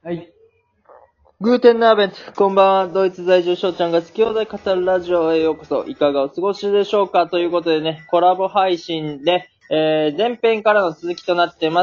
はい。 グーテンナーベント、こんばんは。ドイツ在住翔ちゃんが好き放題語るラジオへようこそ。いかがお過ごしでしょうかということでね、コラボ配信で、前編からの続きとなってます。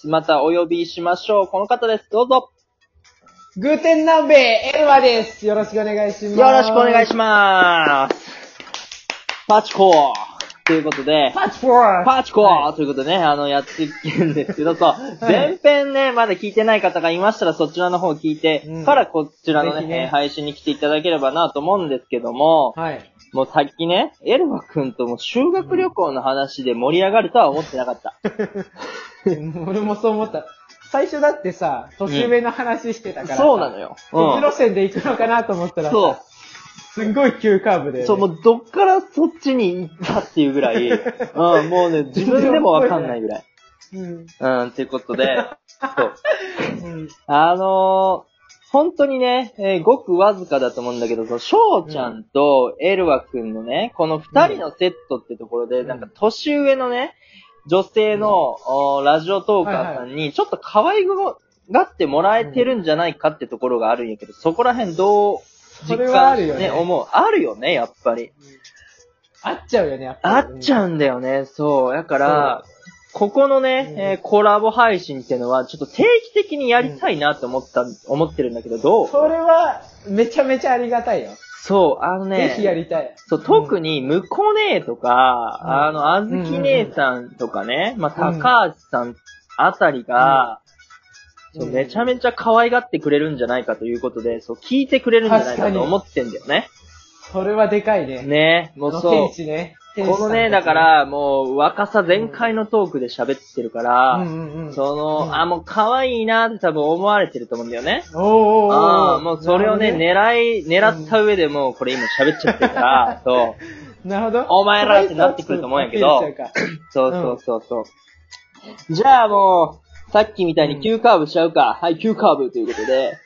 またお呼びしましょう。この方です。どうぞ。 グーテンナンベエルワです。よろしくお願いします。 よろしくお願いします。パチコーということで、 パチコーはい、ということでね、やっていくんですけど、そう、前編ね、まだ聞いてない方がいましたら、そちらの方聞いて、からこちらのね、配信に来ていただければなと思うんですけども、 はい。 もうさっきね、エルマくんとも修学旅行の話で盛り上がるとは思ってなかった。 俺もそう思った。最初だってさ、年上の話してたからさ、 そうなのよ。 そっち路線で行くのかなと思ったらさ、 そう。 すんごい急カーブで、ね。 そう、もうどっからそっちに行ったっていうぐらい、もうね、自分でもわかんないぐらい。っていうことで、そう。本当にね、ごくわずかだと思うんだけど、翔ちゃんとエルワくんのね、この二人のセットってところで、なんか年上のね、女性の、ラジオトーカーさんに、ちょっと可愛がってもらえてるんじゃないかってところがあるんやけど、そこら辺どうそれはあるよね。 思う。あるよね、やっぱり。 合っちゃうよね、やっぱり。 合っちゃうんだよね、そう。だから、ここのね、コラボ配信っていうのは、ちょっと定期的にやりたいなって思ってるんだけど、どう？ それは、めちゃめちゃありがたいよ。 そう、 ぜひやりたい。 そう、特に、むこ姉とか、あずき姉さんとかね、まあ、高橋さんあたりが、めちゃめちゃ可愛がってくれるんじゃないかということで、そう、聞いてくれるんじゃないかと思ってんだよね。 それはでかいね。 ね、もうそう。 天使ね。 このね、だから、もう、若さ全開のトークで喋ってるから、もう可愛いなって多分思われてると思うんだよね。もうそれをね、狙った上でもう、これ今喋っちゃってるから、そう。 なるほど。 お前らってなってくると思うんやけど、そう。じゃあもう、さっきみたいに急カーブしちゃうか。はい、急カーブということで。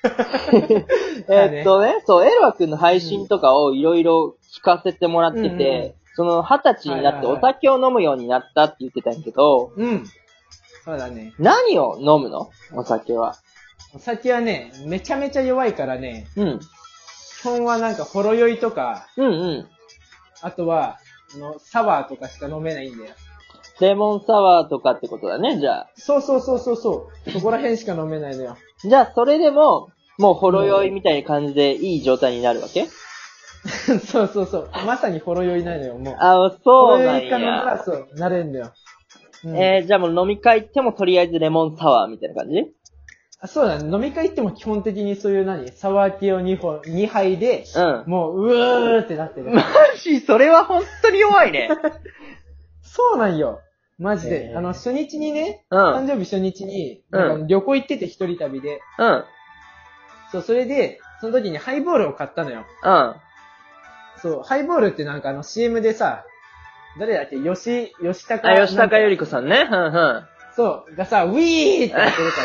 そう、エルワくんの配信とかをいろいろ聞かせてもらってて、その20歳になってお酒を飲むようになったって言ってたんやけど、 そうだね。 何を飲むの？お酒は。 お酒はね、めちゃめちゃ弱いからね、基本はなんかほろ酔いとか、あとは、サワーとかしか飲めないんだよ。 レモンサワーとかってことだね、じゃあ。 そう。そこら辺しか飲めないのよ。 じゃあ、それでも、もうほろ酔いみたいな感じでいい状態になるわけ？ そう。まさにほろ酔いないのよ、もう。 そうなんや。 ほろ酔いか飲んだらそう、なれんだよ。 じゃあもう飲み会行ってもとりあえずレモンサワーみたいな感じ？ そうだね。飲み会行っても基本的にそういうサワー系を2杯で、もう、ーってなってる。 マジそれは本当に弱いね。 そうなんよ。マジで。初日にね、誕生日初日に、旅行行ってて一人旅で。そう、それで、その時にハイボールを買ったのよ。そう、ハイボールってなんかCM でさ、誰だっけ吉高由里子さんね。 そう、がさ、ウィーってやってるから、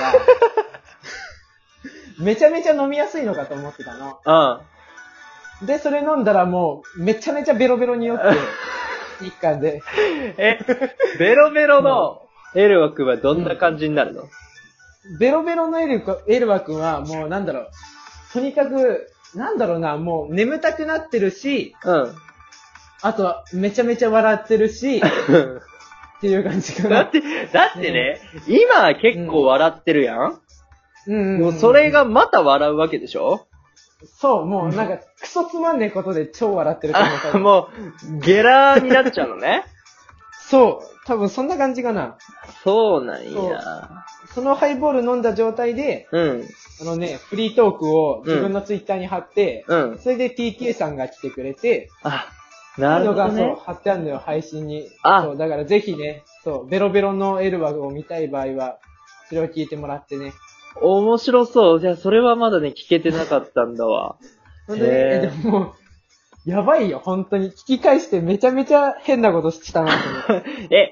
めちゃめちゃ飲みやすいのかと思ってたの。で、それ飲んだらもう、めちゃめちゃベロベロに酔って、一貫で。 ベロベロのエルワ君はどんな感じになるの？ ベロベロのエルワ君はもうとにかく、もう眠たくなってるし、あとはめちゃめちゃ笑ってるし、っていう感じかな。 だってね、今は結構笑ってるやん？もうそれがまた笑うわけでしょ？ そう、もうなんか、クソつまんねえことで超笑ってるもう、ゲラーになっちゃうのね。 そう、多分そんな感じかな。 そうなんや。 そのハイボール飲んだ状態で、フリートークを自分のツイッターに貼って、それで TK さんが来てくれて、 なるほどね。 そう、貼ってあるのよ、配信に。そう、だからぜひね、そう、ベロベロのエルワを見たい場合は、それを聞いてもらってね。 面白そう。じゃあ、それはまだね、聞けてなかったんだわ。 本当に、でももう、やばいよ、本当に。聞き返してめちゃめちゃ変なことしたなと思って。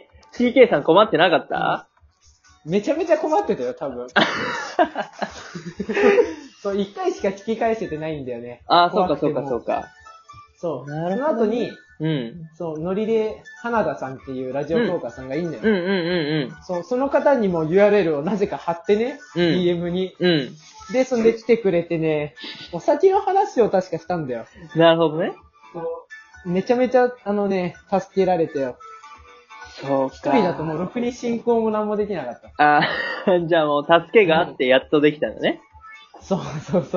TK さん困ってなかった？ めちゃめちゃ困ってたよ、多分。そう、1回しか聞き返せてないんだよね。 そうか。 そう。その後に、そう、ノリで、花田さんっていうラジオトーカーさんがいいんだよ。そう、その方にも URL をなぜか貼ってね、DM に。 で、そんで来てくれてね、お酒の話を確かしたんだよ。 なるほどね。 めちゃめちゃ、助けられてよ。 そうか。 一人だともうろくに進行も何もできなかった。 ああ、じゃあもう助けがあってやっとできたのね。 そうそうそうそう。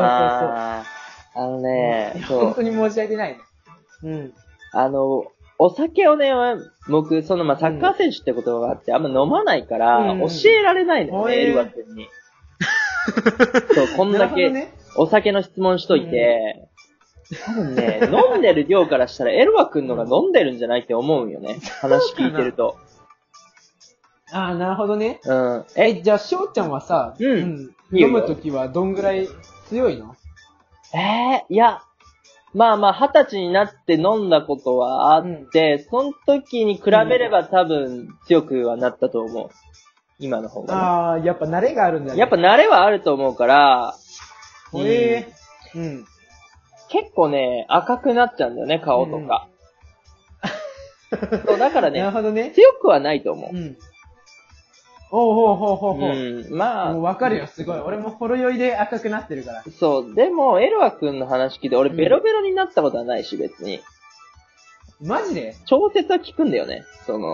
本当に申し訳ないね。うん。 お酒をね、僕、サッカー選手ってことがあって、あんま飲まないから、教えられないのよね、エルワ君に。そう、こんだけ、お酒の質問しといて、多分ね、飲んでる量からしたら、エルワ君のが飲んでるんじゃないって思うんよね。話聞いてると。 ああ、なるほどね。 うん。 じゃあ、翔ちゃんはさ、飲むときはどんぐらい強いの？ いや、まあまあ、20歳になって飲んだことはあって、その時に比べれば多分強くはなったと思う。今の方が、ね。 ああ、やっぱ慣れがあるんだね。 やっぱ慣れはあると思うから、結構ね、赤くなっちゃうんだよね、顔とか。そうだからね、 なるほどね。 強くはないと思う。まあ。 もうわかるよ、すごい。俺もほろ酔いで赤くなってるから。 そう。でも、エルワ君の話聞いて、俺ベロベロになったことはないし、別に。 マジで？ 調節は効くんだよね。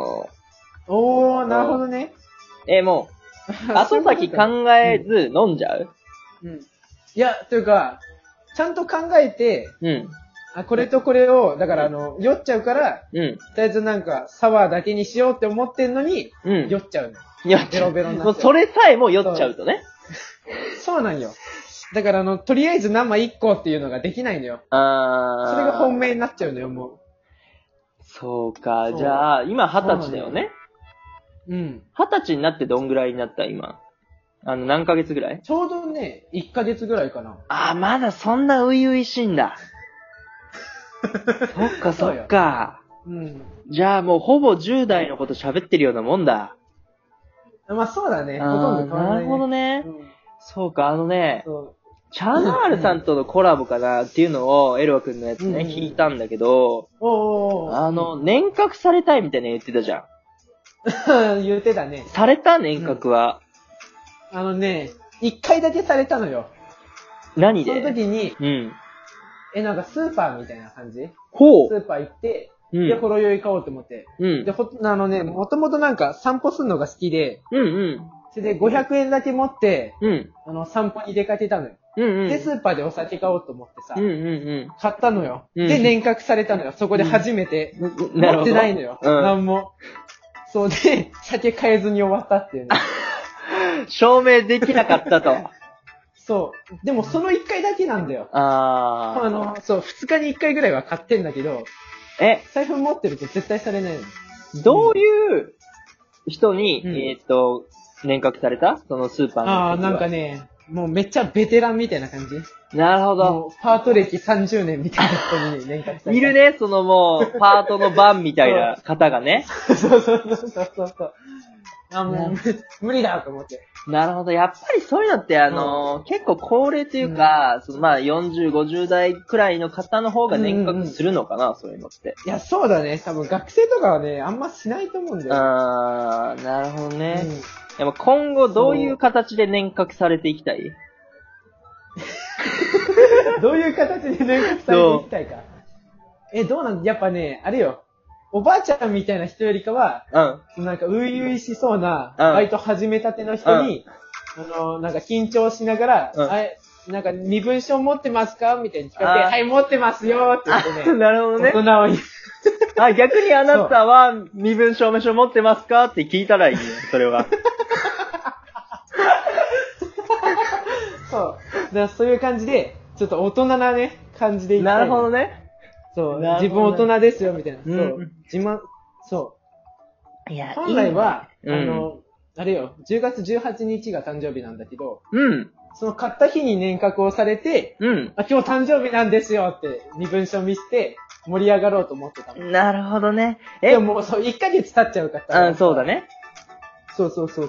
なるほどね。 もう、後先考えず飲んじゃう？ いや、というか、ちゃんと考えて、これとこれを、だから酔っちゃうから、とりあえずなんか、サワーだけにしようって思ってんのに、酔っちゃうの。ベロベロになっちゃう。 それさえも酔っちゃうとね。 そうなんよ。だからとりあえず生1個っていうのができないのよ。それが本命になっちゃうのよ、もう。 そうか、じゃあ、今20歳だよね。20歳になってどんぐらいになった今。何ヶ月ぐらい？ ちょうどね、1ヶ月ぐらいかな。 まだそんな初々しいんだ。そっかそっか。じゃあもうほぼ10代のこと喋ってるようなもんだ。 まあそうだね。ほとんど変わらない、ね。 なるほどね。そうか、チャーナールさんとのコラボかなっていうのをエルワ君のやつね、聞いたんだけど、年賀されたいみたいな言ってたじゃん。言ってたね。 された年賀は。 1回だけされたのよ。 何で？ その時に、なんかスーパーみたいな感じ？スーパー行って、で、ほろ酔い買おうと思って。で、もともとなんか散歩するのが好きで、それで500円だけ持って、散歩に出かけたのよ。で、スーパーでお酒買おうと思ってさ、買ったのよ。で、年賀されたのよ。そこで初めて。持ってないのよ。なんも。そうで、酒買えずに終わったっていうね。 証明できなかったと。 そう。でもその1回だけなんだよ。そう、2日に1回ぐらいは買ってんだけど、財布持ってると絶対されないの。 どういう人に、年賀された？そのスーパーの。 なんかね、もうめっちゃベテランみたいな感じ。 なるほど。 パート歴30年みたいな人に年賀された。 いるね、もう、パートの番みたいな方がね。 そう。もう、無理だと思って。 なるほど。やっぱりそういうのって、結構高齢というか、40、50代くらいの方の方が年賀するのかな、そういうのって。 いや、そうだね。多分学生とかはね、あんましないと思うんだよ。 なるほどね。でも今後どういう形で年賀されていきたい？ どういう形で年賀されていきたいか。どうなんやっぱね、あれよ。おばあちゃんみたいな人よりかは、なんか、初々しそうな、バイト始めたての人に、なんか緊張しながら、なんか、身分証持ってますかみたいに聞かれて、はい、持ってますよって言ってね。 なるほどね。 大人を逆にあなたは、身分証明書持ってますかって聞いたらいいね、それは。 そう。だからそういう感じで、ちょっと大人なね、感じでいきたい。 なるほどね。 そう、自分大人ですよ、みたいな。そう。そう。いや、本来は、あれよ、10月18日が誕生日なんだけど、その買った日に年賀をされて、今日誕生日なんですよって身分証見せて盛り上がろうと思ってたの。 なるほどね。 でももうそう、1ヶ月経っちゃうから。 そうだね。 そう。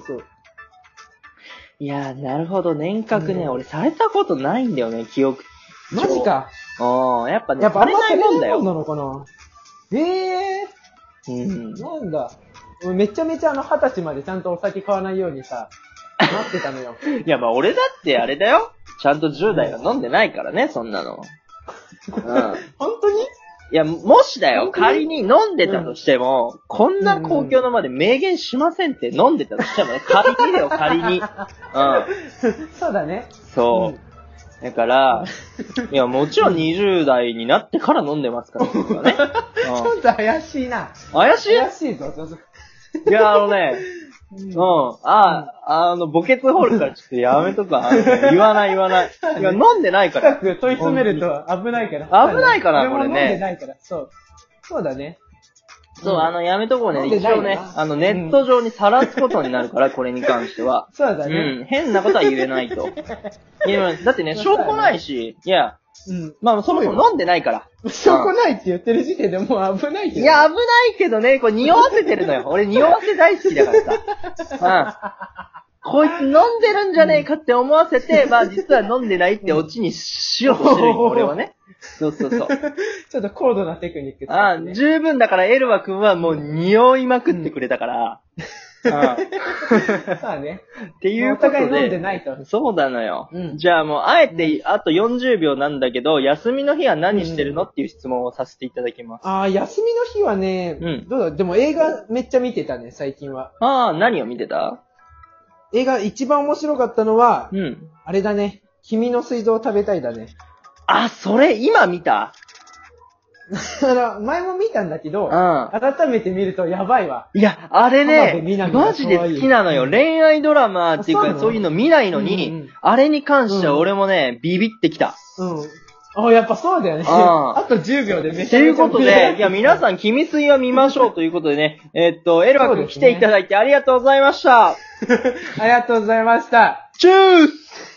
いやー、なるほど、年賀ね、俺されたことないんだよね、記憶。 マジか。 やっぱね、 やっぱあんまされないもんだよ。 なのかな。なんだ。俺めちゃめちゃ20歳までちゃんとお酒買わないようにさ、待ってたのよ。 いや、まあ俺だってあれだよ。 ちゃんと10代が飲んでないからね、そんなの。 本当に？ いや、もしだよ、仮に飲んでたとしても、こんな公共の場で明言しませんって飲んでたとしてもね、仮にだよ、仮に。 そうだね。 そう。だから、いや、もちろん20代になってから飲んでますから、僕はね。 ちょっと怪しいな。 怪しい？ 怪しいぞ、 いや、墓穴掘るからちょっとやめとくわ。言わない。いや、飲んでないから。 深く問い詰めると危ないから。 危ないかな、これね。 飲んでないから。そう。そうだね。 そう、やめとこうね。一応ね、ネット上にさらすことになるから、これに関しては。 そうだね。 変なことは言えないと。いや、だってね、証拠ないし、いや、まあ、そもそも飲んでないから。 証拠ないって言ってる時点でもう危ないけど。 いや、危ないけどね、これ匂わせてるのよ。俺匂わせ大好きだからさ。こいつ飲んでるんじゃねえかって思わせて、まあ実は飲んでないってオチにしようとしてるよ、俺はね。そう。ちょっと高度なテクニック、 ね。十分だからエルワ君はもう匂いまくってくれたから。 まあね。 っていうことで。お互い飲んでないと。 そうなのよ。じゃあもう、あえて、あと40秒なんだけど、休みの日は何してるのっていう質問をさせていただきます。 休みの日はね、どうだ、でも映画めっちゃ見てたね、最近は。 何を見てた？ 映画一番面白かったのは、あれだね。君の水道を食べたいだね。 それ今見た？ 前も見たんだけど、改めて見るとやばいわ。 いや、あれね、マジで好きなのよ。恋愛ドラマっていうか、そういうの見ないのに、あれに関しては俺もね、ビビってきた。 やっぱそうだよね。あと10秒でめちゃめちゃ。 ということで、いや、皆さん、君水は見ましょうということでね、エルワ君来ていただいてありがとうございました。 ありがとうございました。 チュース